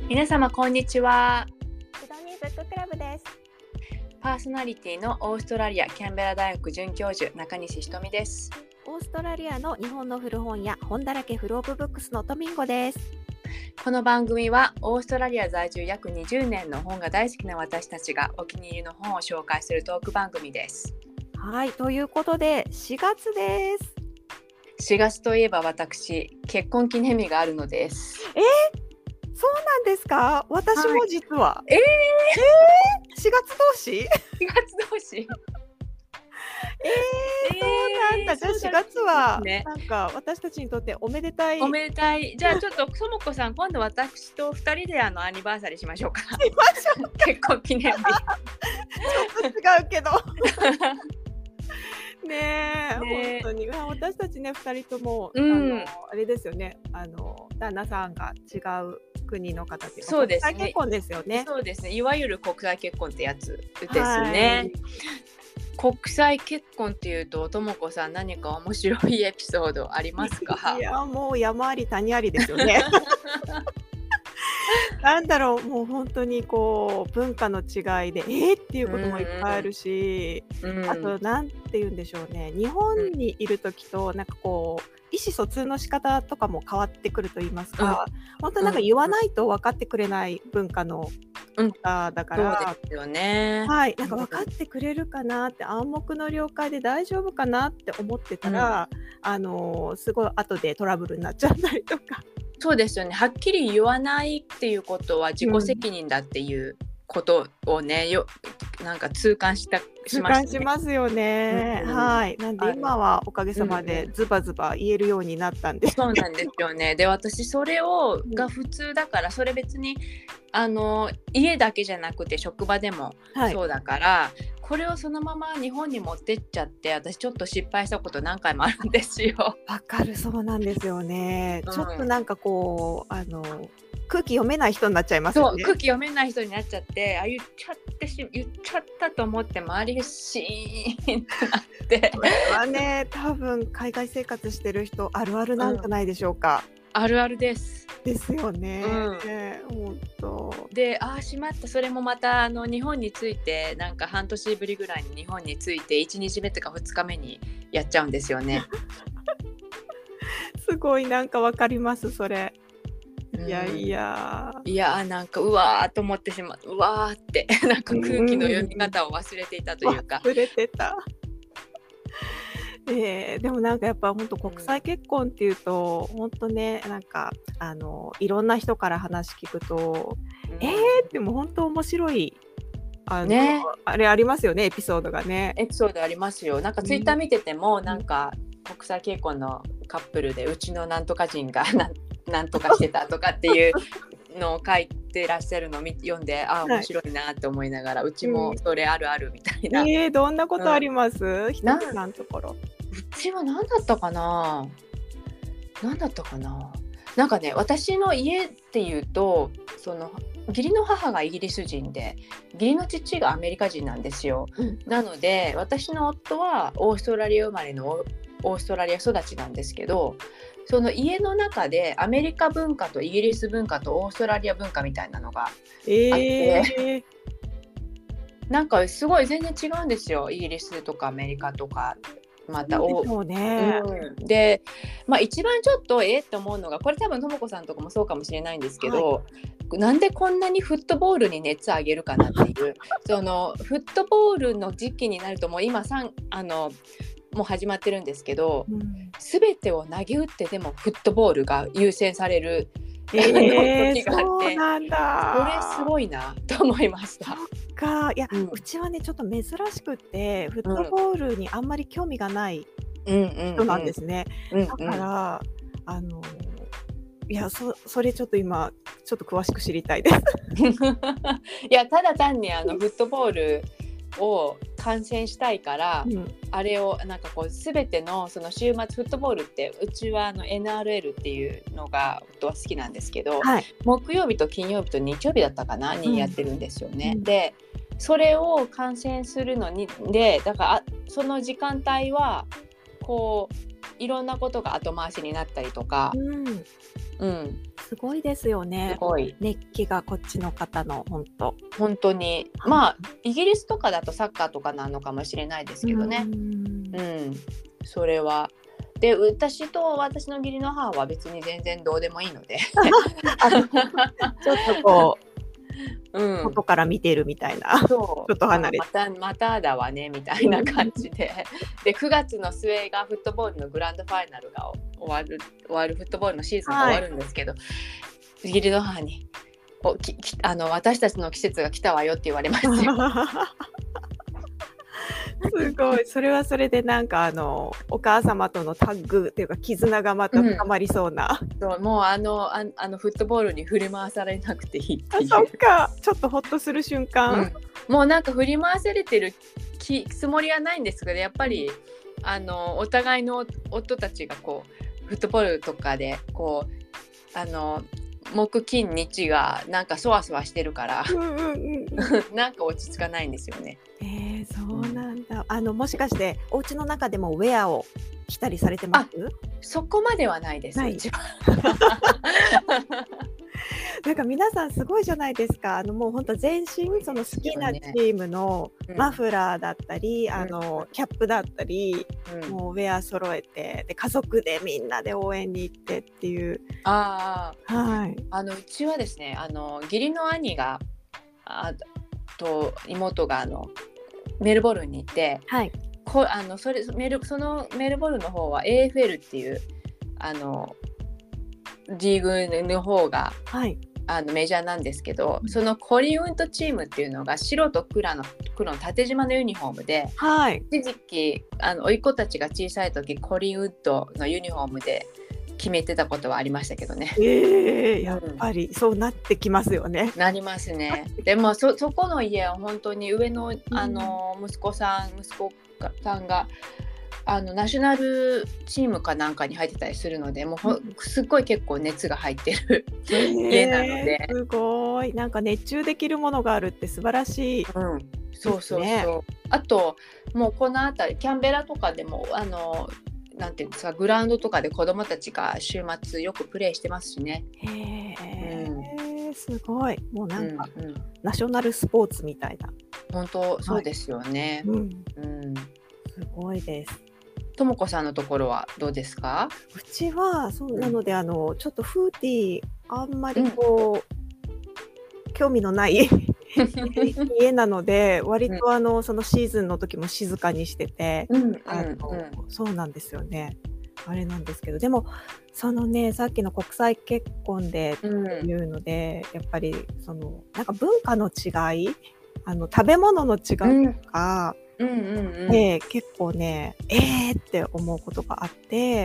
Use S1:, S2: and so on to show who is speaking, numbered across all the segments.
S1: 皆様こんにちは。
S2: シドニーブッククラブです。
S1: パーソナリティのオーストラリアキャンベラ大学准教授中西ひとみです。
S2: オーストラリアの日本の古本屋本だらけフルオブブックスのトミンゴです。
S1: この番組はオーストラリア在住約20年の本が大好きな私たちがお気に入りの本を紹介するトーク番組です。
S2: はい、ということで4月です。
S1: 4月といえば私結婚記念日があるのです。
S2: そうなんですか？私も実は、
S1: 4
S2: 4月同士
S1: 月同士
S2: そうなんだ。じゃあ4月はなんか私たちにとっておめでたい。
S1: おめでたい。じゃあちょっとともこさん今度私と2人でアニバーサリーしましょうか。
S2: しましょう。
S1: 結婚記念日。
S2: ちょっと違うけどねえ、本当に私たちね2人とも、あれですよね、旦那さんが違う国の方で、
S1: そうですね、
S2: 国際結婚ですよね。
S1: そうですね、いわゆる国際結婚ってやつですね。国際結婚っていうとともこさん何か面白いエピソードありますか？
S2: いやもう山あり谷ありですよねなんだろう、もう本当にこう文化の違いでっていうこともいっぱいあるし、あとなんて言うんでしょうね、日本にいる時となんかこう意思疎通の仕方とかも変わってくると言いますか、本当なんか言わないと分かってくれない文化の方だから、
S1: そうですよね。
S2: はい、なんか分かってくれるかなって、暗黙の了解で大丈夫かなって思ってたら、すごい後でトラブルになっちゃったりとか。
S1: そうですよね。はっきり言わないっていうことは自己責任だっていうことをね、なんか痛感しましたね。
S2: しますよね。はい。なんで今はおかげさまでズバズバ言えるようになったんで。
S1: そうなんですよね。で、私それが普通だから、それ別に家だけじゃなくて職場でもそうだから、これをそのまま日本に持ってっちゃって、私ちょっと失敗したこと何回もあるんですよ。
S2: わかる、そうなんですよね。ちょっとなんかこう空気読めない人になっちゃいますよね。
S1: そう、空気読めない人になっちゃって、言っちゃったと思って周りがシーンってなって。
S2: これはね、多分海外生活してる人あるあるなんじゃないでしょうか。
S1: あるあるです。
S2: ですよね。本当。
S1: で、しまった。それもまた日本に着いてなんか半年ぶりぐらいに日本に着いて1日目とか2日目にやっちゃうんですよね。
S2: すごいなんかわかりますそれ。いや
S1: なんかうわーと思ってしまう。うわーってなんか空気の読み方を忘れていたというか。
S2: 忘れてた。でもなんかやっぱ本当国際結婚っていうと、本当ね、なんかいろんな人から話聞くと、でも本当面白いあれありますよね、エピソードがね。
S1: エピソードありますよ。なんかツイッター見てても、なんか国際結婚のカップルでうちのなんとか人がなんとかしてたとかっていうのを書いてらっしゃるのを読んで、面白いなって思いながら、うちもそれあるあるみたいな。
S2: どんなことあります？一つのところ。
S1: うちは何だったかな。なんかね、私の家っていうと義理の母がイギリス人で義理の父がアメリカ人なんですよ。なので私の夫はオーストラリア生まれのオーストラリア育ちなんですけど、その家の中でアメリカ文化とイギリス文化とオーストラリア文化みたいなのがあって、なんかすごい全然違うんですよ。イギリスとかアメリカとかまたで、一番ちょっとって思うのが、これ多分ともこさんとかもそうかもしれないんですけど、なんでこんなにフットボールに熱上げるかなっていうそのフットボールの時期になるともう今もう始まってるんですけど、全てを投げ打ってでもフットボールが優先される時があって、
S2: そうなんだ。
S1: これすごいなと思いました。
S2: いや、うちはねちょっと珍しくってフットボールにあんまり興味がない人なんですね。だからいやそれちょっと今ちょっと詳しく知りたいです。
S1: いやただ単にフットボールを観戦したいから、あれをなんかこう全てのその週末フットボールってうちはNRL っていうのが夫は好きなんですけど、木曜日と金曜日と日曜日だったかなにやってるんですよね。でそれを観戦するのにだからその時間帯はこういろんなことが後回しになったりとか、
S2: すごいですよね。
S1: すごい
S2: 熱気がこっちの方の
S1: 本当に、まあイギリスとかだとサッカーとかなのかもしれないですけどね。それはで、私と私の義理の母は別に全然どうでもいいのでち
S2: ょっとこう、外から見てるみたいな、ちょっと離れて、
S1: まただわねみたいな感じでで9月の末がフットボールのグランドファイナルが終わるフットボールのシーズンが終わるんですけど、義理の母に私たちの季節が来たわよって言われますよ
S2: すごい。それはそれでなんかお母様とのタッグっていうか絆がまた深まりそうな、
S1: そうもうフットボールに振り回されなくていいっていう。
S2: そっか、ちょっとホッとする瞬間、
S1: もうなんか振り回されてるつもりはないんですけど、やっぱりお互いの夫たちがこうフットボールとかでこう木金日がなんかそわそわしてるからなんか落ち着かないんですよね。
S2: そうなんだ。もしかしてお家の中でもウェアを着たりされてます？
S1: そこまではないです。うちは
S2: なんか皆さんすごいじゃないですか。もう本当全身その好きなチームのマフラーだったり、キャップだったり、もうウェア揃えて、で家族でみんなで応援に行ってっていう。う
S1: ちはですね、義理の兄がと妹がメルボルンに行って、そのメルボルンの方は AFL っていうリーグの方が、メジャーなんですけど、そのコリンウッドチームっていうのが白と黒の縦縞のユニフォームで、一時期甥っ子たちが小さい時コリンウッドのユニフォームで決めてたことはありましたけどね。
S2: やっぱりそうなってきますよね。
S1: なりますね。でもそこの家は本当に上の、息子さんがナショナルチームかなんかに入ってたりするので、もうすっごい結構熱が入ってる家なので、
S2: すごいなんか熱中できるものがあるって素晴らしい、
S1: そうあともうこの辺りキャンベラとかでもなんていうんですか、グラウンドとかで子どもたちが週末よくプレーしてますしね。
S2: すごい。もうなんか、ナショナルスポーツみたいな。
S1: 本当そうですよね。
S2: すごいです。
S1: ともこさんのところはどうですか？
S2: うちはそうなので、ちょっとフーティーあんまり興味のない家なので、割とそのシーズンの時も静かにしてて、そうなんですよね。あれなんですけど、でもそのね、さっきの国際結婚でっていうので、やっぱりそのなんか文化の違い、食べ物の違いとか、結構ねって思うことがあって、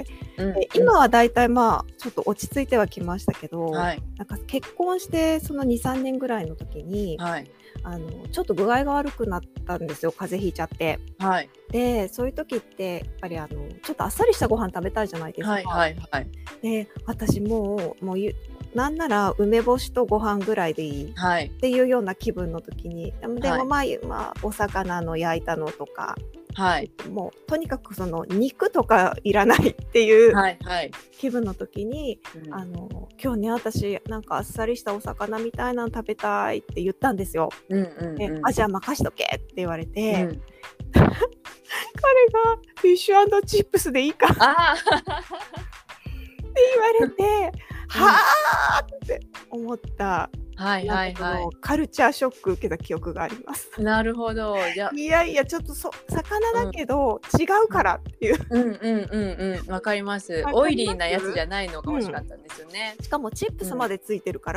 S2: 今はだいたいちょっと落ち着いてはきましたけど、なんか結婚してその 2,3 年ぐらいの時に、ちょっと具合が悪くなったんですよ。風邪ひいちゃって、でそういう時ってやっぱりちょっとあっさりしたご飯食べたいじゃないですか。で私もうなんなら梅干しとご飯ぐらいでいいっていうような気分の時に、でもお魚の焼いたのとか、もうとにかくその肉とかいらないっていう気分の時に、今日ね私なんかあっさりしたお魚みたいなの食べたいって言ったんですよ。じゃあ任しとけって言われて、彼がフィッシュ&チップスでいいかって言われてはーって思った。カルチャーショック受けた記憶があります。
S1: なるほど。
S2: いやちょっと魚だけど違うからっていう。
S1: わかります。オイリーなやつじゃないのが欲しかったんですよね。
S2: しかもチップスまでついてるから、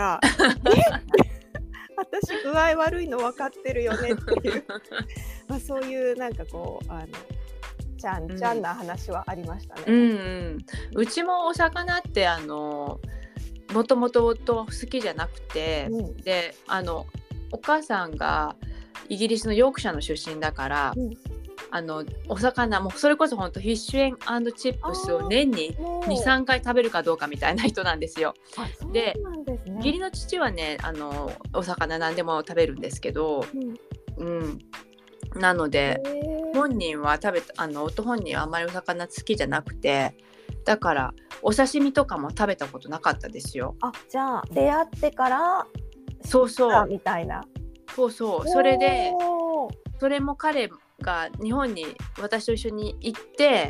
S2: 私具合悪いの分かってるよねっていうそういうなんかこうちゃんな話はありましたね。
S1: うちもお魚ってもともと好きじゃなくて、でお母さんがイギリスのヨークシャの出身だから、お魚もそれこそ本当フィッシュ&チップスを年に 2,3 回食べるかどうかみたいな人なんですよ。で義理の父はねお魚何でも食べるんですけど、なので本人は夫本人はあんまりお魚好きじゃなくて、 だからお刺身とかも食べたことなかったですよ。
S2: あ、じゃあ出会ってから
S1: そうそう
S2: みたいな。
S1: そうそう、それでそれも彼が日本に私と一緒に行って、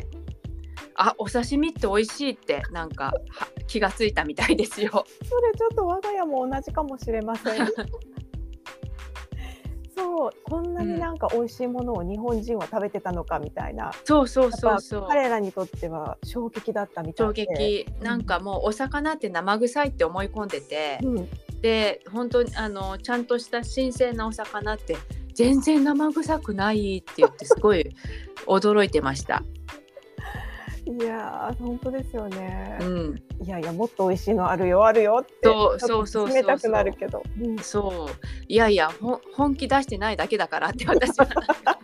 S1: あ、お刺身って美味しいってなんか気がついたみたいですよ。
S2: それちょっと我が家も同じかもしれません。そう、こんなになんか美味しいものを日本人は食べてたのかみたいな。
S1: そうそうそうそう。
S2: 彼らにとっては衝撃だったみたいで。
S1: 衝撃。なんかもうお魚って生臭いって思い込んでて、で本当にちゃんとした新鮮なお魚って全然生臭くないって言ってすごい驚いてました。
S2: いやー、本当ですよね。いやいや、もっと美味しいのあるよって
S1: そう
S2: 冷たくなるけど、
S1: そう、いやいや本気出してないだけだからって私は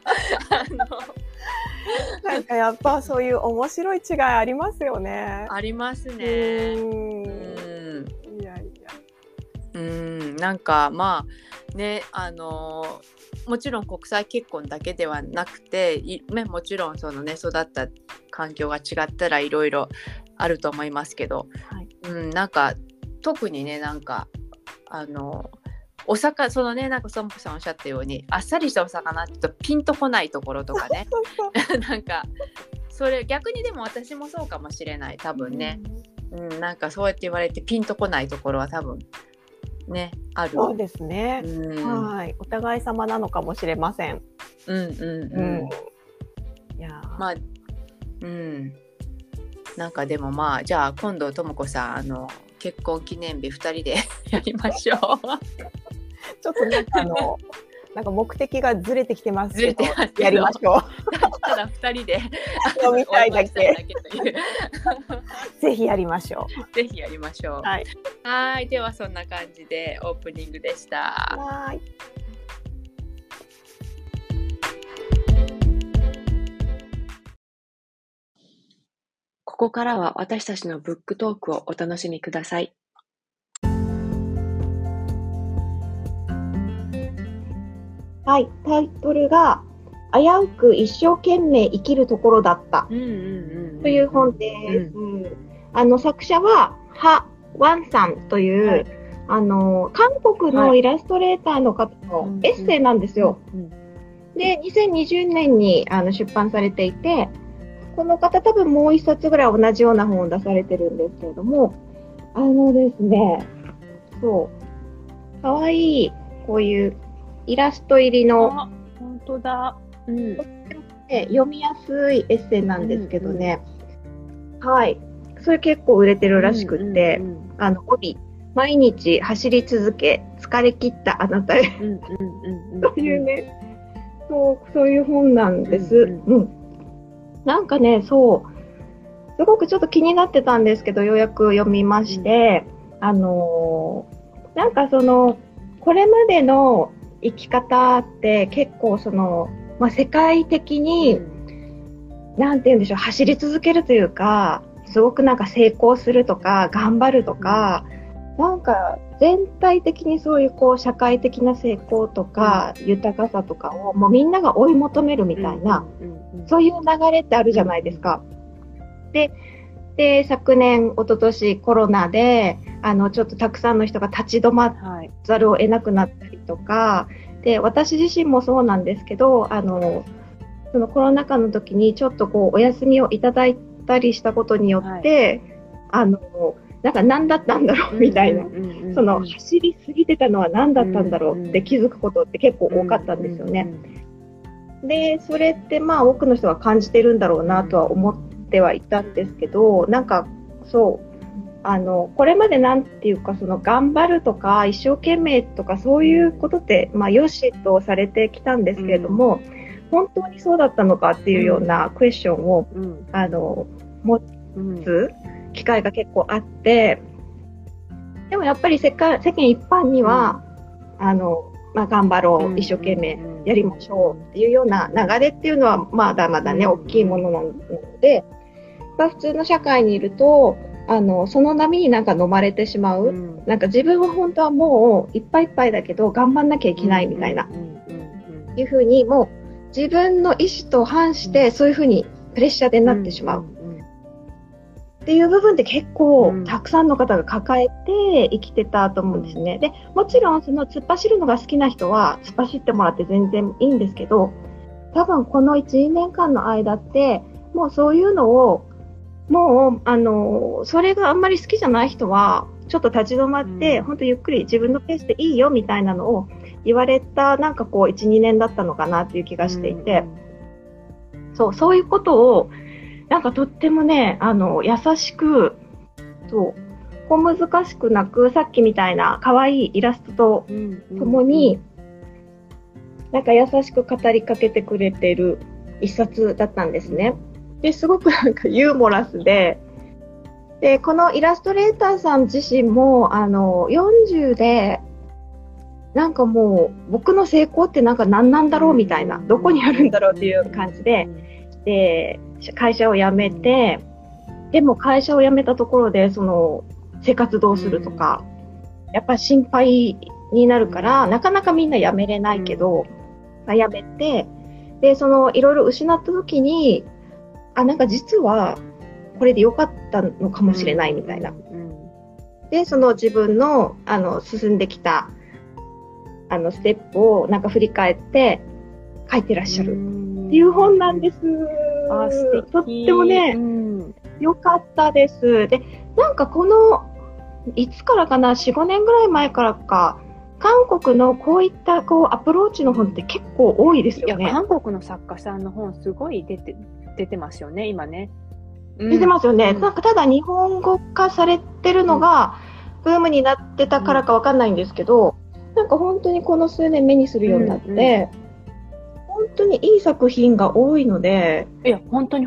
S2: なんかやっぱそういう面白い違いありますよね。
S1: ありますね。
S2: いやいや、
S1: なんかまあね、もちろん国際結婚だけではなくて、もちろんそのね育った環境が違ったらいろいろあると思いますけど、なんか特にね、なんかお魚、そのね、なんかソンポさんおっしゃったようにあっさりしたお魚って言うとピンとこないところとかねなんかそれ逆にでも私もそうかもしれない、多分ね、なんかそうやって言われてピンとこないところは多分ね、ある。
S2: そうですね。はい、お互い様なのかもしれません。いや、
S1: まあ、なんかでもまあじゃあ今度ともこさん結婚記念日2人でやりましょう。
S2: ちょっとなんか目的がずれてきてますけど、やりましょう。
S1: ただ2人で
S2: 飲みたいだけというぜひやりましょ
S1: う。ぜひやりましょう。はい、ではそんな感じでオープニングでした。
S2: はい。
S1: ここからは私たちのブックトークをお楽しみください。
S2: はい、タイトルが危うく一生懸命生きるところだったという本です。作者はハ・ワンさんという、韓国のイラストレーターの方のエッセイなんですよ。で、2020年に出版されていて、この方多分もう一冊ぐらい同じような本を出されてるんですけれども、ですね、そう、かわいいこういうイラスト入りの、
S1: 本当だ、
S2: 読みやすいエッセイなんですけどね、はい、それ結構売れてるらしくって、帯、毎日走り続け疲れ切ったあなたへというね、そういう本なんです。なんかね、そうすごくちょっと気になってたんですけど、ようやく読みまして、なんかこれまでの生き方って結構世界的に、なんて言うんでしょう、走り続けるというか、すごくなんか成功するとか頑張るとか、なんか全体的にそういう社会的な成功とか、豊かさとかをもうみんなが追い求めるみたいな、そういう流れってあるじゃないですか。で昨年一昨年コロナでちょっとたくさんの人が立ち止まざるを得なくなったりとか、で私自身もそうなんですけど、そのコロナ禍の時にちょっとお休みをいただいたりしたことによって、なんか何だったんだろうみたいな、その走りすぎてたのは何だったんだろうって気づくことって結構多かったんですよね。でそれって多くの人が感じてるんだろうなとは思ってはいたんですけど、なんかこれまでなんていうか、頑張るとか一生懸命とかそういうことって良しとされてきたんですけれども、本当にそうだったのかっていうようなクエスチョンを、持つ機会が結構あって、でもやっぱり世間一般には、頑張ろう、一生懸命やりましょうっていうような流れっていうのはまだまだね、大きいものなので、普通の社会にいるとその波になんか飲まれてしまう、なんか自分は本当はもういっぱいいっぱいだけど頑張んなきゃいけないみたいな、いうふうにもう自分の意思と反してそういうふうにプレッシャーでなってしまう。
S3: っていう部分で結構たくさんの方が抱えて生きてたと思うんですね。で、もちろんその突っ走るのが好きな人は突っ走ってもらって全然いいんですけど、多分この1、2年間の間ってもうそういうのをもうそれがあんまり好きじゃない人はちょっと立ち止まって、本当ゆっくり自分のペースでいいよみたいなのを言われたなんかこう 1、2年だったのかなっていう気がしていて、そういうことをなんかとってもね、優しく、小難しくなく、さっきみたいな可愛いイラストとともに、なんか優しく語りかけてくれてる一冊だったんですね。で、すごくなんかユーモラスで、このイラストレーターさん自身も、40で、なんかもう、僕の成功ってなんか何なんだろうみたいな、どこにあるんだろうっていう感じで、会社を辞めて、でも会社を辞めたところで、その、生活どうするとか、やっぱ心配になるから、なかなかみんな辞めれないけど、辞めて、で、その、いろいろ失った時に、なんか実は、これで良かったのかもしれないみたいな。で、その自分の、進んできた、ステップをなんか振り返って書いてらっしゃるっていう本なんです。とってもね、良かったです。で、なんかこの、いつからかな、4、5年ぐらい前からか、韓国のこういったこうアプローチの本って結構多いですよね。
S1: いや、韓国の作家さんの本すごい出てますよね、今ね。
S3: 出てますよね。なんかただ日本語化されてるのがブームになってたからかわかんないんですけど、なんか本当にこの数年目にするようになって、本当にいい作品が多いので。
S1: いや、本当に。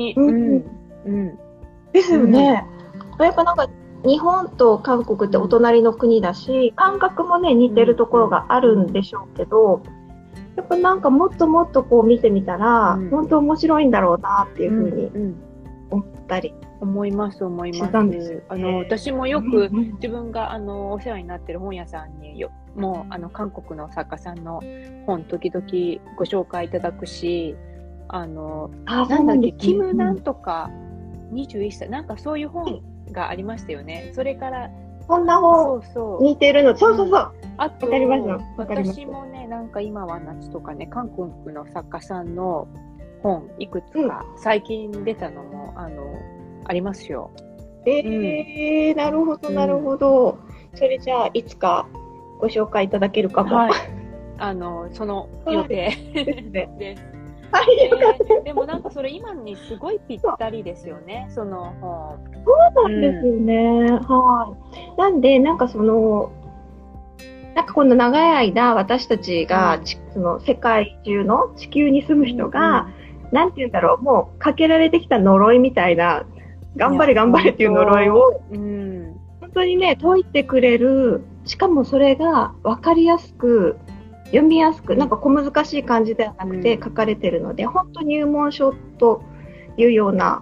S3: ですよね。やっぱなんか日本と韓国ってお隣の国だし、感覚もね、似てるところがあるんでしょうけど、やっぱなんかもっともっとこう見てみたら、本当面白いんだろうなっていうふうに思ったり。
S1: 思います。私もよく自分がお世話になってる本屋さんにもう韓国の作家さんの本時々ご紹介いただくし、なんだっけ、キムなんとか21歳、なんかそういう本がありましたよね。それから
S3: こんな本似てるの、そう。
S1: あと
S3: わかります。
S1: 私もね、なんか今は夏とかね、韓国の作家さんの本いくつか最近出たのもありますよ。
S3: なるほど。それじゃあいつかご紹介いただけるかも。
S1: その予定です。でもなんかそれ今にすごいぴったりですよね、その本。
S3: そうなんですよね。なんでなんかそのなんかこの長い間私たちが、その世界中の地球に住む人が、なんて言うんだろう、もうかけられてきた呪いみたいな、頑張れっていう呪いを、本当にね、解いてくれる、しかもそれが分かりやすく、読みやすく、なんか小難しい感じではなくて書かれてるので、本当入門書というような、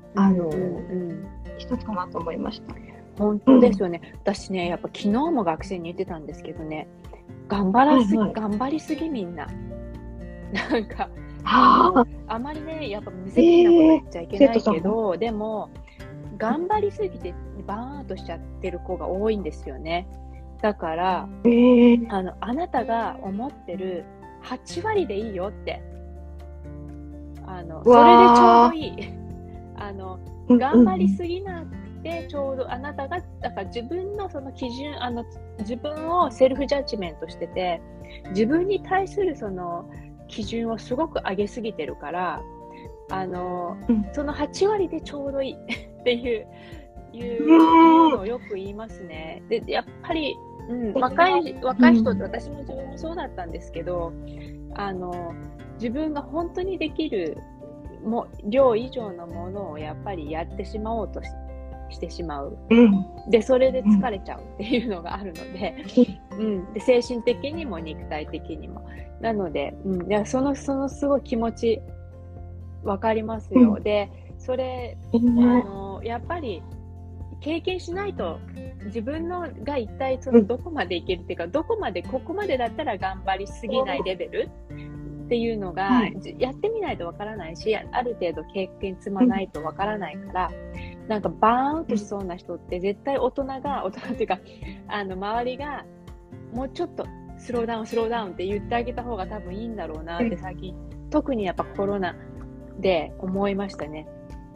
S3: 一つかなと思いました。
S1: 本当ですよね。私ね、やっぱ昨日も学生に言ってたんですけどね、頑張りすぎみんな。なんか、あまりね、やっぱ無責任なこと言っちゃいけないけど、でも、頑張りすぎてバーンとしちゃってる子が多いんですよね。だから、あなたが思ってる8割でいいよって。それでちょうどいい。頑張りすぎなくて、ちょうどあなたが、だから自分のその基準、自分をセルフジャッジメントしてて、自分に対するその基準をすごく上げすぎてるから、その8割でちょうどいいっていうのをよく言いますね。で、やっぱり、若い人って、私も自分もそうだったんですけど、自分が本当にできる量以上のものをやっぱりやってしまおうとしてしまう、でそれで疲れちゃうっていうのがあるので、で精神的にも肉体的にもなので、いやそのすごい気持ちわかりますよ。でそれやっぱり経験しないと自分のが一体そのどこまでいけるっていうか、どこまでここまでだったら頑張りすぎないレベルっていうのが、やってみないとわからないし、ある程度経験積まないとわからないから、
S4: なんかバーンとしそうな人って絶対大人っていうか周りがもうちょっとスローダウンって言ってあげた方が多分いいんだろうなって最近、特にやっぱコロナで思いましたね。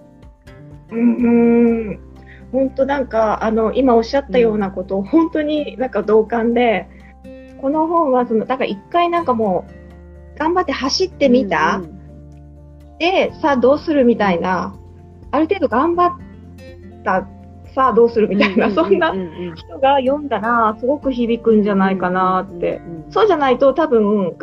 S3: 本当なんか今おっしゃったようなこと、本当になんか同感で、この本はだから一回なんかもう頑張って走ってみた、でさあどうするみたいな、ある程度頑張ったさあどうするみたいな、そんな人が読んだらすごく響くんじゃないかなって。そうじゃないと多分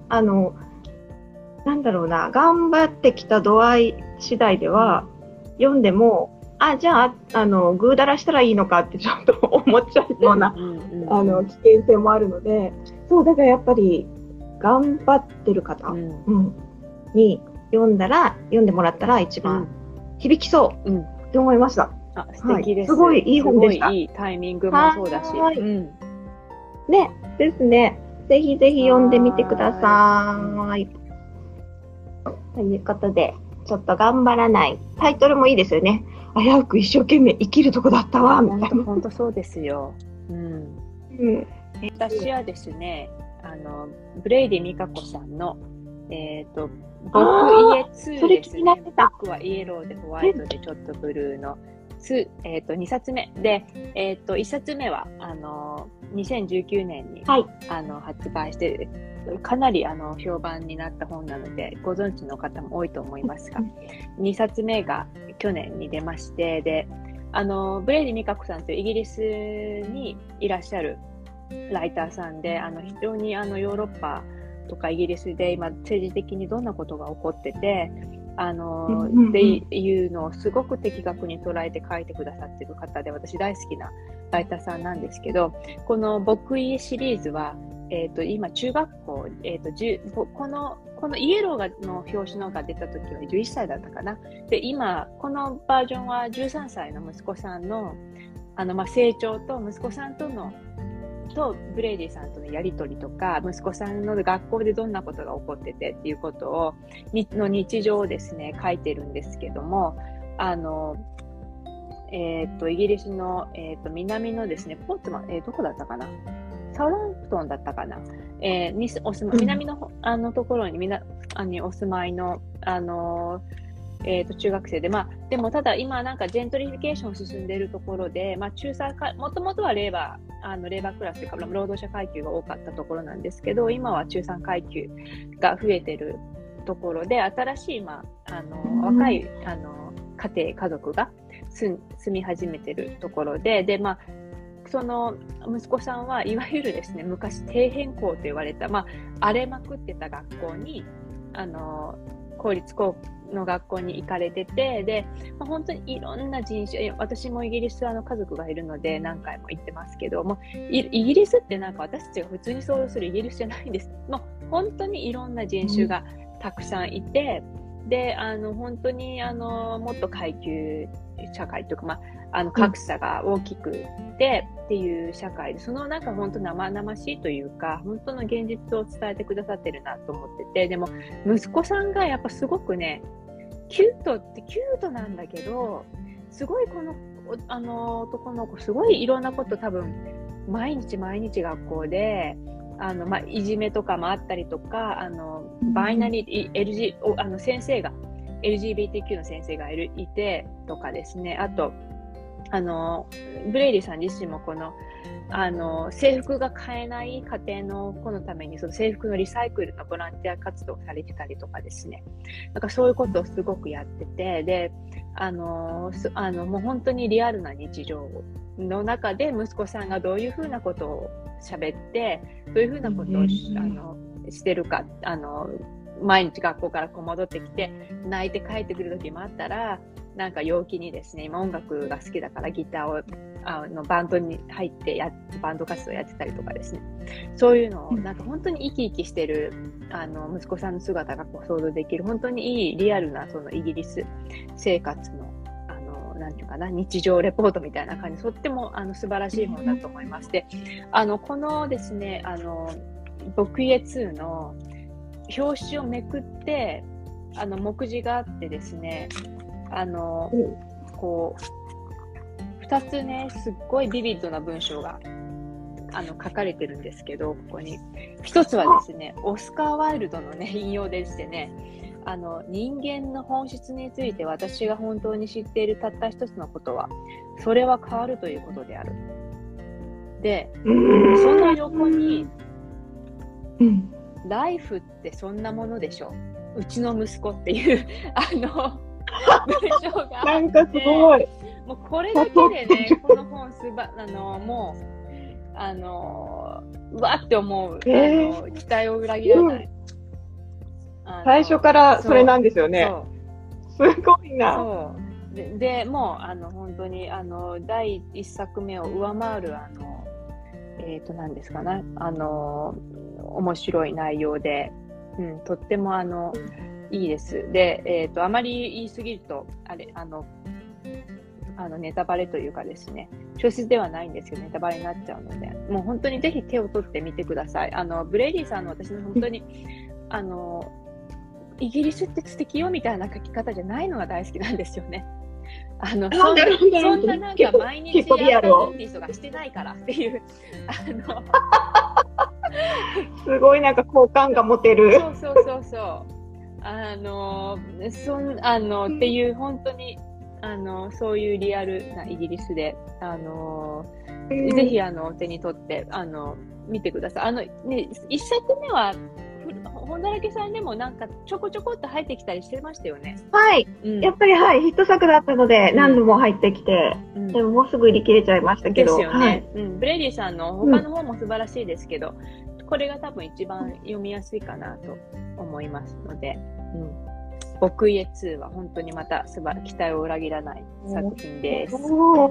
S3: なんだろうな、頑張ってきた度合い次第では読んでも、じゃあぐうだらしたらいいのかってちょっと思っちゃいそうな危険性もあるので、そうだからやっぱり頑張ってる方、に読んでもらったら一番響きそうって思いました。
S4: 素敵です。
S3: すごいいい本でした。
S4: すごいいいタイミングもそうだし。
S3: ね、ですね。ぜひぜひ読んでみてください。ということで、ちょっと頑張らない。タイトルもいいですよね。危うく一生懸命生きるとこだったわ、みたいな。
S4: 本当そうですよ。私はですね、ブレイディ・ミカコさんの、僕家2ですね。僕はイエローでホワイトでちょっとブルーの2冊目で、1冊目は2019年に、発売してかなり評判になった本なのでご存知の方も多いと思いますが、2冊目が去年に出まして、でブレイディ・ミカコさんというイギリスにいらっしゃるライターさんで、非常にヨーロッパとかイギリスで今政治的にどんなことが起こっててっていうのをすごく的確に捉えて書いてくださっている方で、私大好きなライターさんなんですけど、この僕家シリーズは、今中学校、このイエローの表紙のが出た時は11歳だったかな。で、今このバージョンは13歳の息子さんの成長と息子さんとブレイディさんとのやりとりとか、息子さんの学校でどんなことが起こっててっていうことの日常をですね書いてるんですけども、イギリスの、南のですねポーツマン、どこだったかな、サウランプトンだったかな、南のところにお住まいの中学生で、でもただ今なんかジェントリフィケーション進んでいるところで、中産もともとはレーバークラスというか労働者階級が多かったところなんですけど、今は中産階級が増えているところで、新しい、若い家族が住み始めているところで、その息子さんはいわゆるですね昔底辺校と言われた、荒れまくってた学校に公立高校の学校に行かれてて、で、本当にいろんな人種、私もイギリス家族がいるので何回も行ってますけども、イギリスってなんか私たちが普通に想像するイギリスじゃないんです。もう本当にいろんな人種がたくさんいて、で本当にもっと階級社会というか、格差が大きくてっていう社会で、そのなんか本当生々しいというか本当の現実を伝えてくださってるなと思ってて、でも息子さんがやっぱすごくねキュートなんだけど、すごいこの男の子すごいいろんなこと多分毎日学校でいじめとかもあったりとか、バイナリー先生が LGBTQ の先生がいてとかですね、あとブレイディさん自身もこの制服が買えない家庭の子のためにその制服のリサイクルのボランティア活動をされてたりとかですね、なんかそういうことをすごくやってて、でもう本当にリアルな日常の中で息子さんがどういうふうなことを喋ってどういうふうなことをしてるか、毎日学校から戻ってきて泣いて帰ってくる時もあったら、なんか陽気にですね、今音楽が好きだからギターをバンドに入ってバンド活動やってたりとかですね、そういうのをなんか本当に生き生きしてる息子さんの姿が想像できる、本当にいいリアルなそのイギリス生活のなんていうかな、日常レポートみたいな感じ、とっても素晴らしい本だと思いまして、このですね僕家2の表紙をめくって目次があってですね、こ 2つね、すっごいビビッドな文章が書かれてるんですけど、ここに。1つはですね、オスカー・ワイルドのね、引用でしてね、人間の本質について私が本当に知っているたった一つのことは、それは変わるということである。で、その横に、ライフってそんなものでしょ。うちの息子っていう、文章があって。
S3: なんかすごい。
S4: もうこれだけでね、この本もう、うわって思う。期待を裏切らない。
S3: 最初からそれなんですよね。すごいな。
S4: そうでもう本当に第1作目を上回る何ですかね、面白い内容で、とってもいいです。で、あまり言い過ぎるとネタバレというかですね、小説ではないんですけどネタバレになっちゃうので、もう本当にぜひ手を取ってみてください。ブレイディさんの私の本当にイギリスって素敵よみたいな書き方じゃないのが大好きなんですよね。そんななんか毎日やったインディスがしてないからっていう
S3: すごいなんか好感が持てる。
S4: そうっていう本当にそういうリアルなイギリスでぜひ手に取って見てください。ね、1作目は本だらけさんでもなんかちょこちょこっと入ってきたりしてましたよね。
S3: はい、やっぱりヒット作だったので何度も入ってきて、でももうすぐ売り切れちゃいましたけど。
S4: ですよね。ブレイディさんの他の本も素晴らしいですけど、これが多分一番読みやすいかなと思いますので、僕家2は本当にまた期待を裏切らない作品です。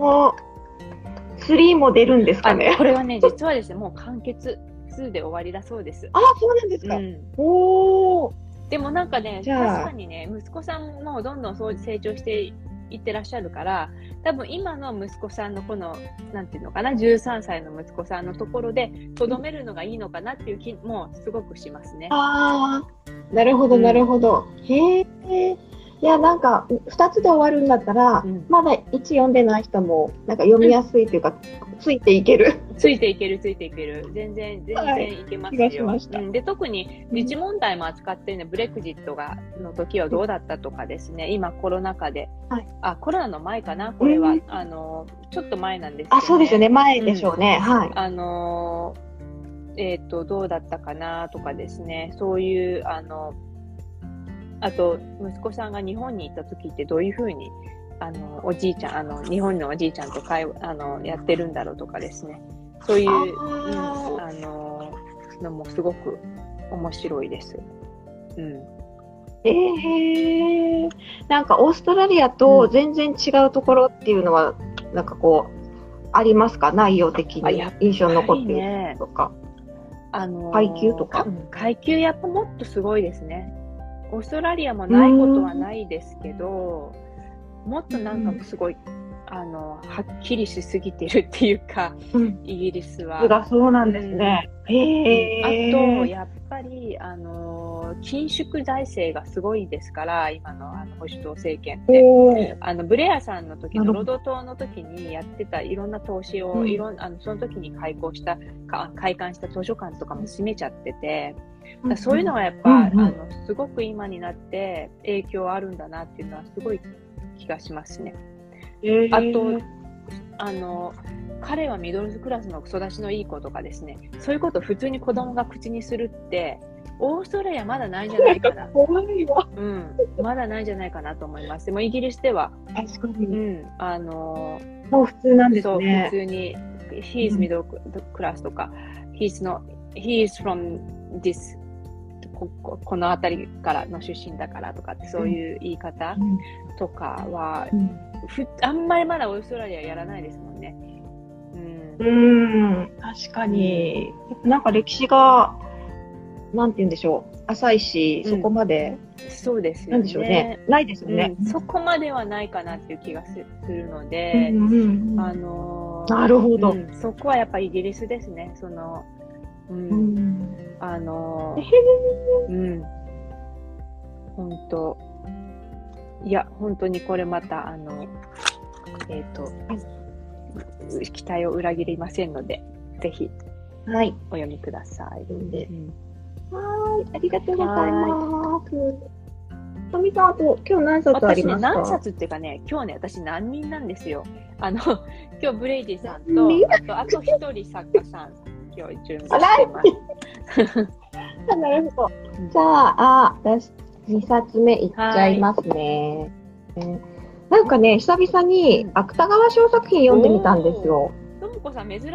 S3: 3も出るんですかね。
S4: これはね、実はですね、もう完結2で終わりだそうです。
S3: そうなんですか。
S4: でもなんかね、確かにね、息子さんもどんどん成長していってらっしゃるから、多分今の息子さんのこのなんていうのかな、13歳の息子さんのところでとどめるのがいいのかなっていう気もすごくしますね。
S3: なるほどなるほど。へえ。いやなんか2つで終わるんだったら、まだ1読んでない人もなんか読みやすいというか、ついていける。全
S4: 然いけますよ。で特に自治問題も扱ってるね、ブレクジットの時はどうだったとかですね、今コロナ禍で、コロナの前かな、これはちょっと前なんですけど、
S3: そうですよね、前でしょうね。
S4: どうだったかなとかですね、そういうあと息子さんが日本に行った時ってどういうふうにおじいちゃん日本のおじいちゃんとやってるんだろうとかですね、そういうのもすごく面白いです。
S3: なんかオーストラリアと全然違うところっていうのはなんかこうありますか、内容的に印象に残っているとか。階級とか。
S4: 階級やっぱもっとすごいですね。オーストラリアもないことはないですけど、もっとなんかすごい、はっきりしすぎてるっていうか、イギリスは。
S3: そうなんですね。
S4: あと、やっぱり、緊縮財政がすごいですから、今の保守党政権って。ブレアさんの時のロード党の時にやってたいろんな投資を、その時に開館した図書館とかも閉めちゃってて、そういうのはやっぱ、すごく今になって影響あるんだなっていうのはすごい気がしますね。あと彼はミドルクラスの育ちのいい子とかですね、そういうことを普通に子供が口にするってオーストラリアまだないんじゃないかな。
S3: 怖いわ。
S4: まだないんじゃないかなと思います。でもイギリスでは
S3: 確かに、もう普通なんですね。
S4: そう、普通に He is middle class とか He is from this この辺りからの出身だからとかってそういう言い方とかは、あんまりまだオーストラリアやらないですもんね。
S3: 確かに、なんか歴史がなんて言うんでしょう、浅いし、そこまで
S4: そうですよね。
S3: なんでしょうね、ないですよね。
S4: そこまではないかなっていう気がするので、
S3: なるほど、
S4: そこはやっぱイギリスですね。本当、いや本当にこれまた期待を裏切りませんので、ぜひ
S3: はい。
S4: お読みください。
S3: はい、ありがとうございます。とみさん、あと今日何冊ありますか？
S4: 私ね、何冊っていうかね、今日ね、私難民なんですよ。今日ブレイディさんと、あと一人作家さん、今日準備してます。
S3: なるほど。じゃあ、私2冊目いっちゃいますね。なんかね、久々に芥川賞作品読んでみたんですよ。
S4: ともこさん、珍しい。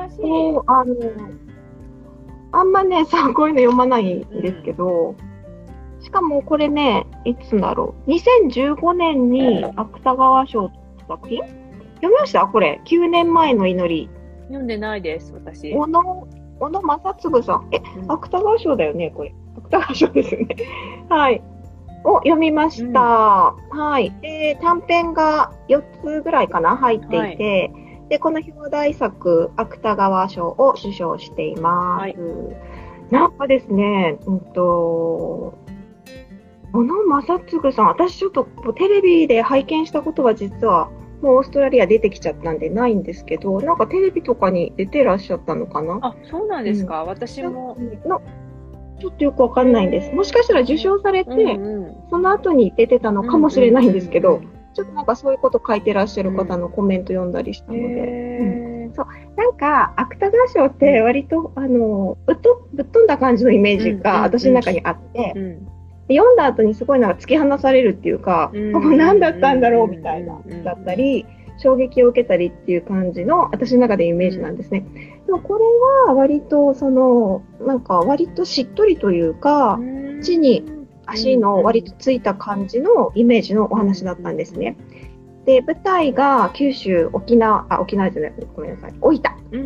S3: あんまね、こういうの読まないんですけど、しかもこれね、いつだろう。2015年に芥川賞作品読みましたこれ。9年前の祈り。
S4: 読んでないです、私。
S3: 小野正嗣さん。芥川賞だよね、これ。芥川賞ですよね。はい。を読みました。はい。短編が4つぐらいかな、入っていて、で、この表題作、芥川賞を受賞しています。なんかですね、小野正嗣さん、私ちょっとテレビで拝見したことは実は、もうオーストラリア出てきちゃったんでないんですけど、なんかテレビとかに出てらっしゃったのかな？
S4: あ、そうなんですか。私も。
S3: ちょっとよくわかんないんです。もしかしたら受賞されて、その後に出てたのかもしれないんですけど、ちょっとなんかそういうこと書いてらっしゃる方のコメント読んだりしたので。そう。なんか、芥川賞って割と、ぶっ飛んだ感じのイメージが私の中にあって、読んだ後にすごいなんか突き放されるっていうか、何だったんだろうみたいな、だったり、衝撃を受けたりっていう感じの私の中でイメージなんですね。でもこれは割となんか割としっとりというか、地に足の割とついた感じのイメージのお話だったんですね。で、舞台が九州、沖縄じゃない、ごめんなさい、大分。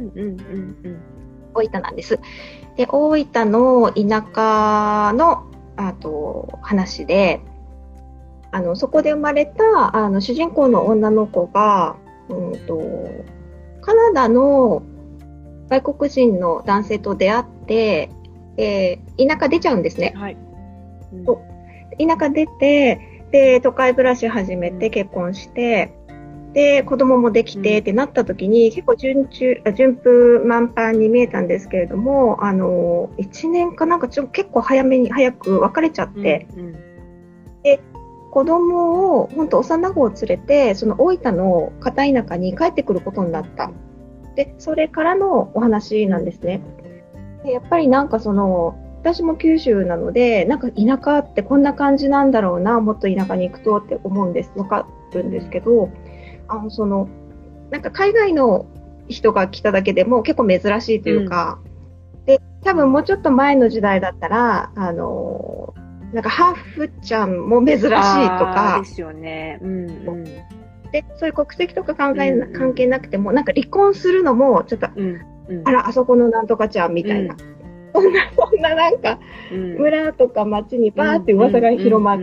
S3: 大分なんです。で、大分の田舎の、話で、そこで生まれた主人公の女の子が、カナダの外国人の男性と出会って、田舎出ちゃうんですね。田舎出て、で、都会暮らし始めて結婚して、で、子供もできてってなった時に、結構順風満帆に見えたんですけれども、1年かなんか結構早く別れちゃって、で、子供を、本当幼子を連れて、その大分の片田舎に帰ってくることになった。で、それからのお話なんですね。でやっぱりなんか私も九州なので、なんか田舎ってこんな感じなんだろうな、もっと田舎に行くとって思うんです。わかるんですけど、なんか海外の人が来ただけでも結構珍しいというか、で、多分もうちょっと前の時代だったら、なんかハーフちゃんも珍しいとか、
S4: ですよね。
S3: で、そういう国籍とか関係なくても、なんか離婚するのもちょっと、あら、あそこのなんとかちゃんみたいな。そんななんか、村とか町にバーって噂が広まって、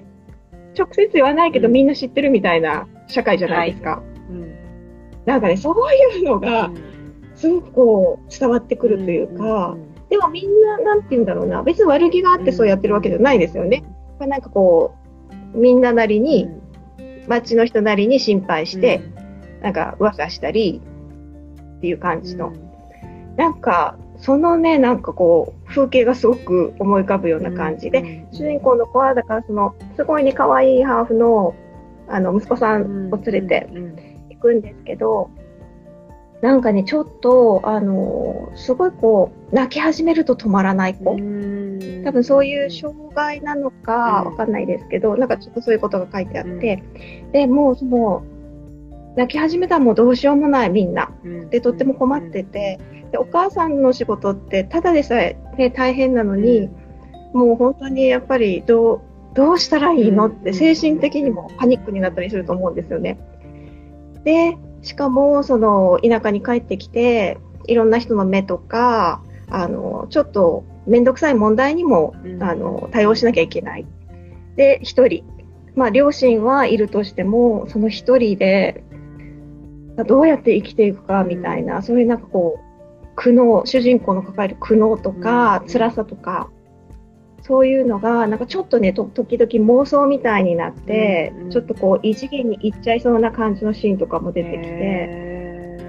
S3: 直接言わないけどみんな知ってるみたいな社会じゃないですか。なんかね、そういうのが、すごくこう、伝わってくるというか、でもみんな、なんて言うんだろうな、別に悪気があってそうやってるわけじゃないですよね。なんかこう、みんななりに、町の人なりに心配して、なんか噂したり、っていう感じの。なんか、そのね、なんかこう、風景がすごく思い浮かぶような感じで、主人公の子は、だからすごいね、可愛いハーフの、息子さんを連れて行くんですけど、なんかね、ちょっと、すごいこう、泣き始めると止まらない子。多分そういう障害なのかわかんないですけど、なんかちょっとそういうことが書いてあって、で、もう泣き始めたらもうどうしようもないみんな。で、とっても困ってて、で、お母さんの仕事ってただでさえ、ね、大変なのに、もう本当にやっぱりどうしたらいいのって精神的にもパニックになったりすると思うんですよね。で、しかも田舎に帰ってきて、いろんな人の目とか、ちょっとめんどくさい問題にも、対応しなきゃいけない。で、一人。まあ、両親はいるとしても、その一人で、どうやって生きていくかみたいな、そういうなんかこう、苦悩、主人公の抱える苦悩とか、辛さとか、そういうのが、なんかちょっとね、時々妄想みたいになって、ちょっとこう、異次元に行っちゃいそうな感じのシーンとかも出てきて、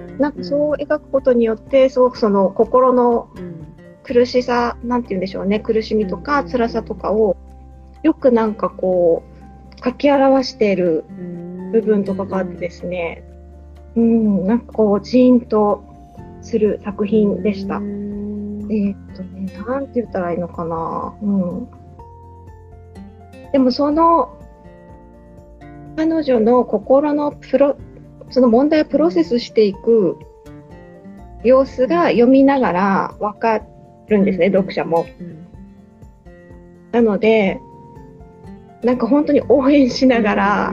S3: なんかそう描くことによってすごくその心の苦しさ、なんて言うんでしょうね、苦しみとか辛さとかをよくなんかこう書き表している部分とかがあってですね、なんかこうジーンとする作品でした。なんて言ったらいいのかな。でもその彼女の心のその問題をプロセスしていく様子が読みながらわかるんですね、読者も。なので、なんか本当に応援しながら、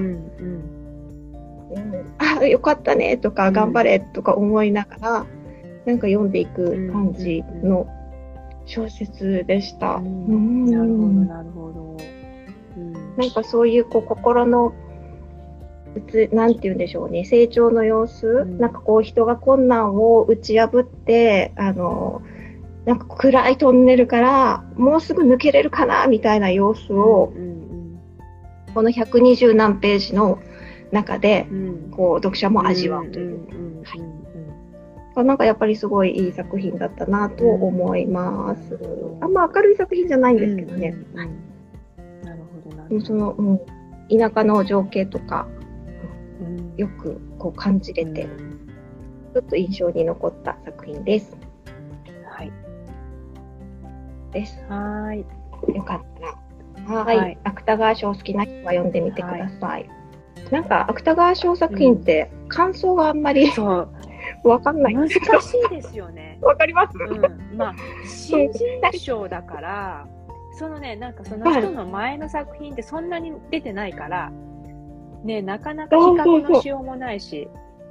S3: あ、よかったねとか、頑張れとか思いながら、なんか読んでいく感じの小説でした。なるほど、
S4: なるほど。
S3: なんかそういうこう心のなんて言うんでしょうね、成長の様子、なんかこう人が困難を打ち破ってなんか暗いトンネルからもうすぐ抜けれるかなみたいな様子を、この120何ページの中でこう読者も味わうという、なんかやっぱりすごいいい作品だったなと思います。あんま明るい作品じゃないんですけどね。
S4: なるほどなるほど。
S3: その、田舎の情景とかよくこう感じれて、ちょっと印象に残った作品です。
S4: はい。
S3: です。
S4: はい。
S3: よかったら、はい。芥川賞好きな人は読んでみてください。なんか芥川賞作品って感想があんまり、わかんない。
S4: 難しいですよね。
S3: わかります？
S4: まあ新人賞だから、そのね、なんかその人の前の作品ってそんなに出てないから。ね、なかなか比較のしようもないし、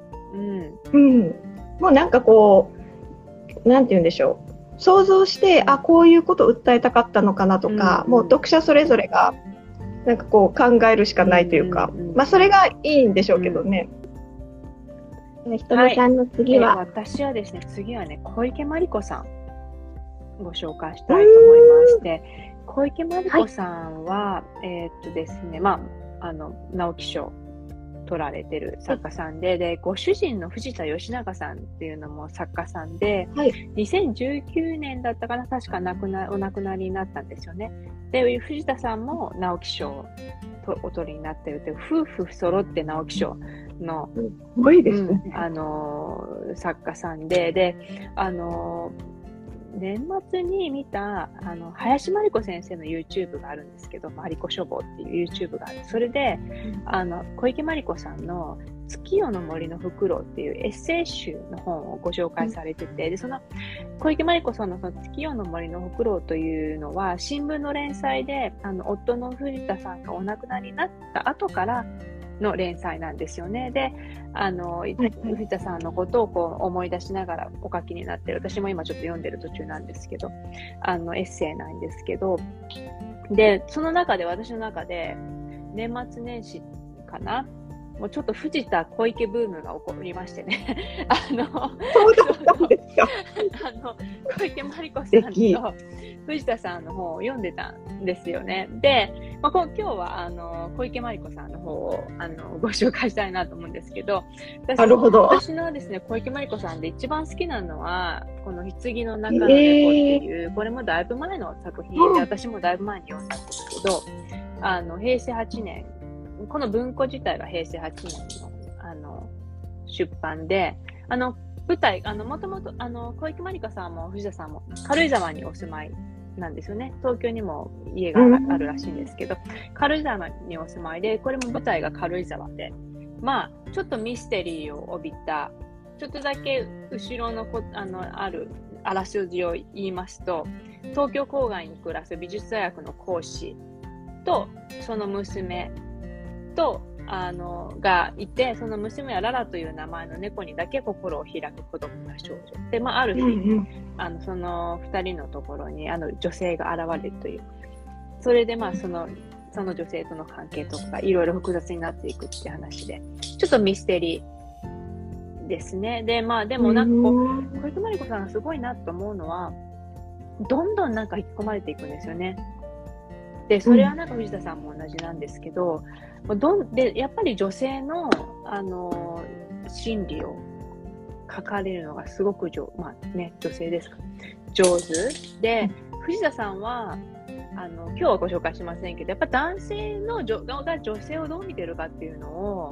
S3: もうなんかこう、なんて言うんでしょう、想像して、あ、こういうことを訴えたかったのかなとか、もう読者それぞれがなんかこう考えるしかないというか、まあそれがいいんでしょうけどね。ひとみさんの次は、
S4: 私はですね、次はね、小池真理子さんご紹介したいと思いまして、小池真理子さんは、ですね、まあ直木賞取られてる作家さんで、ご主人の藤田義長さんっていうのも作家さんで、2019年だったかな、確かお亡くなりになったんですよね。で、藤田さんも直木賞お取りになってるという、夫婦揃って直木賞の、
S3: すごいですね。
S4: 作家さんで、年末に見た林真理子先生の YouTube があるんですけど、真理子書房っていう YouTube があって、それで小池真理子さんの月夜の森のフクロウっていうエッセイ集の本をご紹介されてて、でその小池真理子さんのその月夜の森のフクロウというのは新聞の連載で夫の藤田さんがお亡くなりになった後からの連載なんですよね。で、藤田さんのことをこう思い出しながらお書きになってる、私も今ちょっと読んでる途中なんですけど、エッセイなんですけど、で、その中で、私の中で、年末年始かな、もうちょっと藤田小池ブームが起こりましてね。
S3: そうだったんですか。
S4: 小池真理子さんと藤田さんの本を読んでたんですよね。で、今日は小池真理子さんの方をご紹介したいなと思うんですけど、私のですね、小池真理子さんで一番好きなのは、この棺の中の猫っていう、これもだいぶ前の作品で、私もだいぶ前に読んだんですけど、平成8年、この文庫自体は平成8年の出版で、舞台、もともと小池真理子さんも藤田さんも軽井沢にお住まいなんですよね。東京にも家があるらしいんですけど、軽井沢にお住まいで、これも舞台が軽井沢で、まあちょっとミステリーを帯びた、ちょっとだけ後ろのあるあらすじを言いますと、東京郊外に暮らす美術大学の講師とその娘とがいて、その娘はララという名前の猫にだけ心を開く孤独な少女で、ある日、その2人のところに女性が現れるという、それでその女性との関係とかいろいろ複雑になっていくっていう話で、ちょっとミステリーですね。でもなんかこう小池真理子さんがすごいなと思うのは、どんどんなんか引き込まれていくんですよね。で、それはなんか藤田さんも同じなんですけど、でやっぱり女性の心理を書かれるのがすごく女性ですか、上手で、藤田さんは今日はご紹介しませんけど、やっぱ男性が女性をどう見てるかっていうのを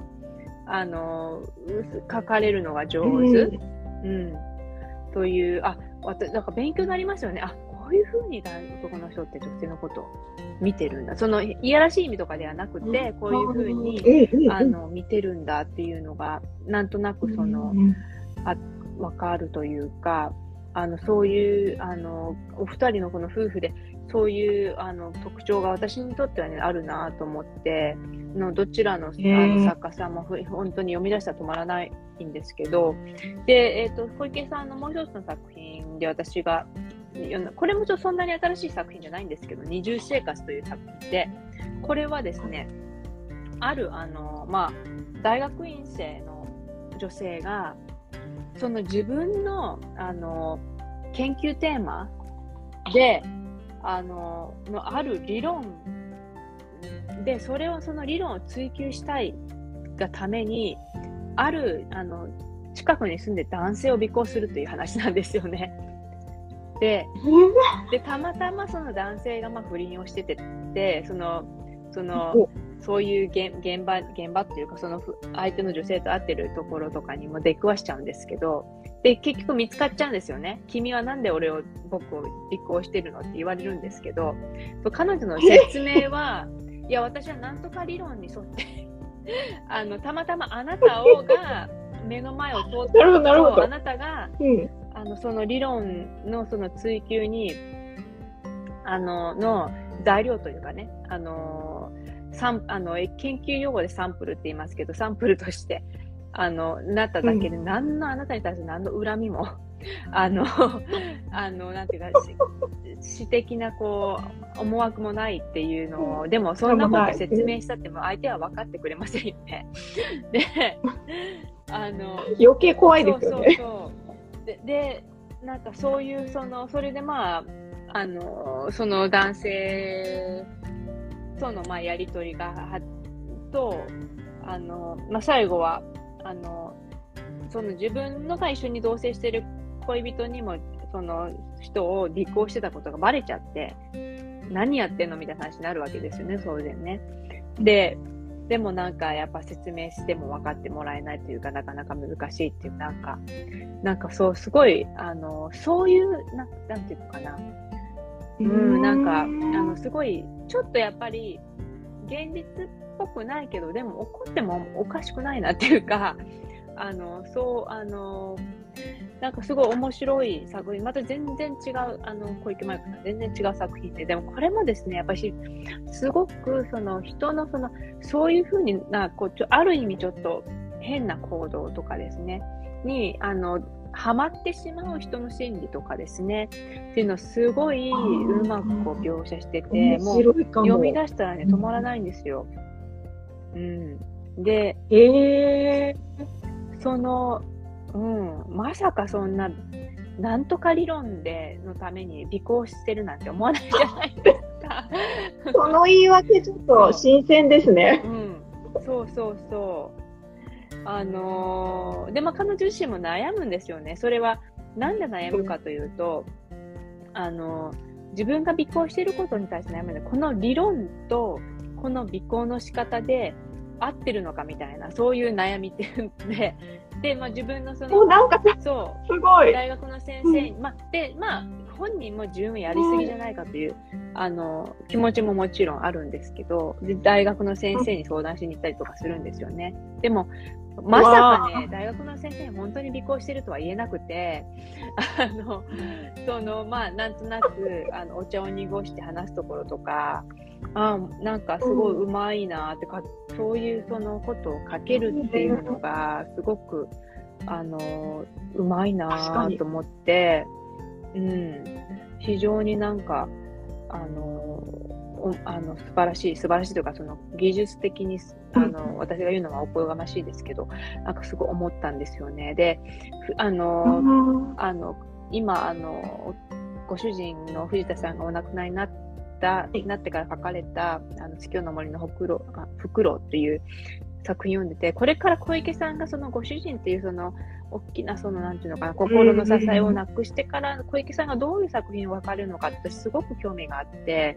S4: 書かれるのが上手、という、なんか勉強になりますよね。こういうふうに男の人って女性のことを見てるんだ。そのいやらしい意味とかではなくて、こういうふうに見てるんだっていうのがなんとなくわかるというか、そういうお二人のこの夫婦でそういう特徴が私にとってはねあるなと思って、どちらの作家さんも本当に読み出したら止まらないんですけど、で、小池さんのもう一つの作品で私がこれもちょっとそんなに新しい作品じゃないんですけど、二重生活という作品で、これはですね、ある大学院生の女性がその自分の研究テーマである理論で、その理論を追求したいがためにある近くに住んで男性を尾行するという話なんですよね。でたまたまその男性が不倫をしてて、そういう現場っていうか、その相手の女性と会ってるところとかにも出くわしちゃうんですけど、で結局見つかっちゃうんですよね。君はなんで僕を尾行してるのって言われるんですけど、彼女の説明はいや私はなんとか理論に沿ってたまたまあなたが目の前を通ったとあなたが、その理論のその追求にの材料というかね、研究用語でサンプルって言いますけど、サンプルとしてなっただけで、あなたに対して何の恨みもなんていうか私的な思惑もないっていうのを、でもそんなこと説明したっても相手は分かってくれませんよね。で
S3: 余計怖いですよね。
S4: でなんかそういうそれでその男性とのやり取りと最後はその自分のが一緒に同棲している恋人にもその人を尾行してたことがバレちゃって、何やってんのみたいな話になるわけですよね、当然ね。でもなんかやっぱ説明しても分かってもらえないというか、なかなか難しいっていう、なんかそうすごいそういうなんていうのかな、なんかすごいちょっとやっぱり現実っぽくないけど、でも怒ってもおかしくないなっていうか、なんかすごい面白い作品、また全然違う小池真由子さん全然違う作品で、もこれもですねやっぱりすごく人のそういう風にある意味ちょっと変な行動とかですねにハマってしまう人の心理とかですねっていうのをすごいうまく描写してて、もう読み出したらね止まらないんですよ。で、まさかそんななんとか理論のために尾行してるなんて思わないじゃないですか。
S3: その言い訳ちょっと新鮮ですね。
S4: そうで彼女自身も悩むんですよね。それはなんで悩むかというと、自分が尾行していることに対して悩むので、この理論とこの尾行の仕方で合ってるのかみたいな、そういう悩みっていうんで、自分の
S3: なんかすごい
S4: 大学の先生に、本人も十分やりすぎじゃないかという、気持ちももちろんあるんですけど、で大学の先生に相談しに行ったりとかするんですよね。でもまさかね、大学の先生に本当に尾行してるとは言えなくて、なんとなくお茶を濁して話すところとか、なんかすごいうまいなってそういうことを書けるっていうのがすごくうまいなと思って、非常になんか素晴らしいというか、技術的に私が言うのはおこがましいですけど、なんかすごい思ったんですよね。で、今ご主人の藤田さんがお亡くなりになってから書かれた月夜の森のフクロウっていう作品を読んでて、これから小池さんがそのご主人っていう大きななんていうのかな、心の支えをなくしてから小池さんがどういう作品を書かれるのかってすごく興味があって、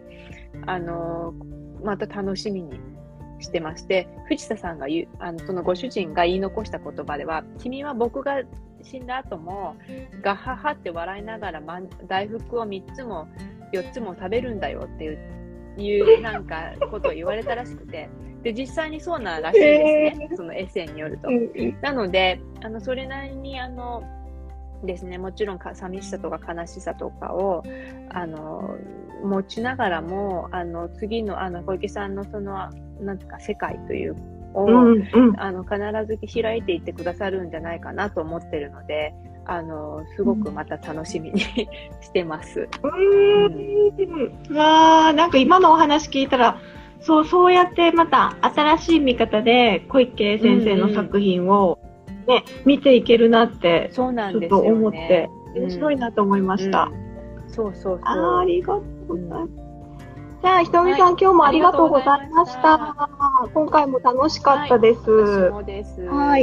S4: また楽しみにしてまして、藤田さんがそのご主人が言い残した言葉では、君は僕が死んだ後もガッハハって笑いながら大福を3つも4つも食べるんだよっていうなんかことを言われたらしくて、で実際にそうならしいですね、そのエッセイによると。なのでそれなりにですね、もちろん寂しさとか悲しさとかを持ちながらも次の小池さんのなんていうか世界というを、必ず開いていってくださるんじゃないかなと思ってるので、すごくまた楽しみにしてます。
S3: なんか今のお話聞いたら、そうやってまた新しい見方で小池先生の作品を、ね、見ていけるなってちょっと思って、面白いなと思いました。ありがとうございます。じゃあ、ひとみさん、今日もありがとうございました。今回も楽しかったです。
S4: 私もです。
S3: はい。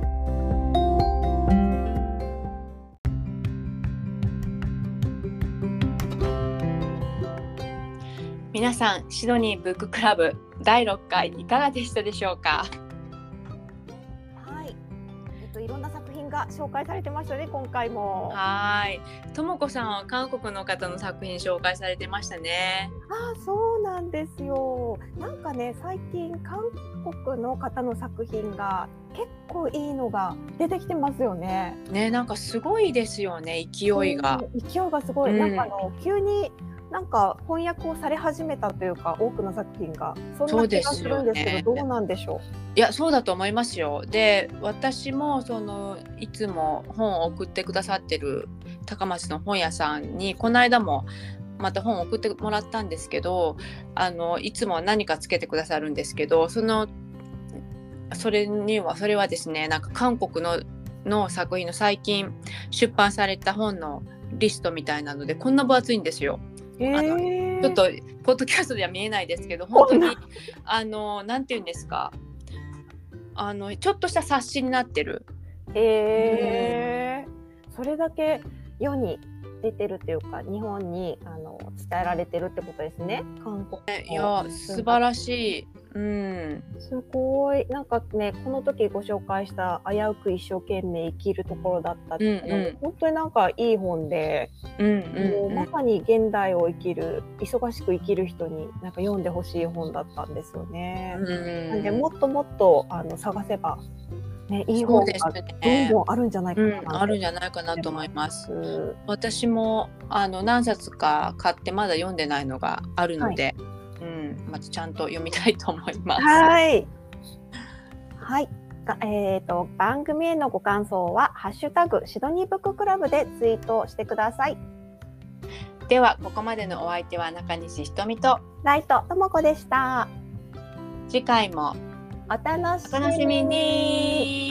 S1: 皆さん、シドニーブッククラブ第6回いかがでしたでしょうか？
S2: はい。いろんな作品が紹介されてましたね、今回も。
S1: はい。ともこさんは韓国の方の作品紹介されてましたね。
S2: そうなんですよ。なんかね、最近韓国の方の作品が結構いいのが出てきてますよね。
S1: ね、なんかすごいですよね、勢いが。
S2: 勢いがすごい。なんか急になんか翻訳をされ始めたというか、多くの作品がそんな気がするんですけど、どうなんでしょう？
S1: いや、そうだと思いますよ。で、私もいつも本を送ってくださってる高松の本屋さんにこの間もまた本を送ってもらったんですけど、いつも何かつけてくださるんですけど、それはですね、なんか韓国の作品の最近出版された本のリストみたいなので、こんな分厚いんですよ。ちょっとポッドキャストでは見えないですけど、本当になんていうんですか、ちょっとした冊子になってる。
S2: それだけ世に出てるっていうか、日本に伝えられてるってことですね、韓国。
S1: いや、素晴らしい。
S2: すごい。なんかね、この時ご紹介した危うく一生懸命生きるところだったっていうのも、本当になんかいい本で、もうまさに現代を生きる、忙しく生きる人になんか読んでほしい本だったんですよね。なんでもっともっと探せばね、いい本がどんどんあるんじゃないかな、
S1: あるんじゃないかなと思います。私も何冊か買ってまだ読んでないのがあるので、またちゃんと読みたいと思います。
S2: はい。番組へのご感想はハッシュタグシドニーブッククラブでツイートしてください。
S1: では、ここまでのお相手は中西ひとみと
S2: ライトともこでした。
S1: 次回も
S2: お楽しみに。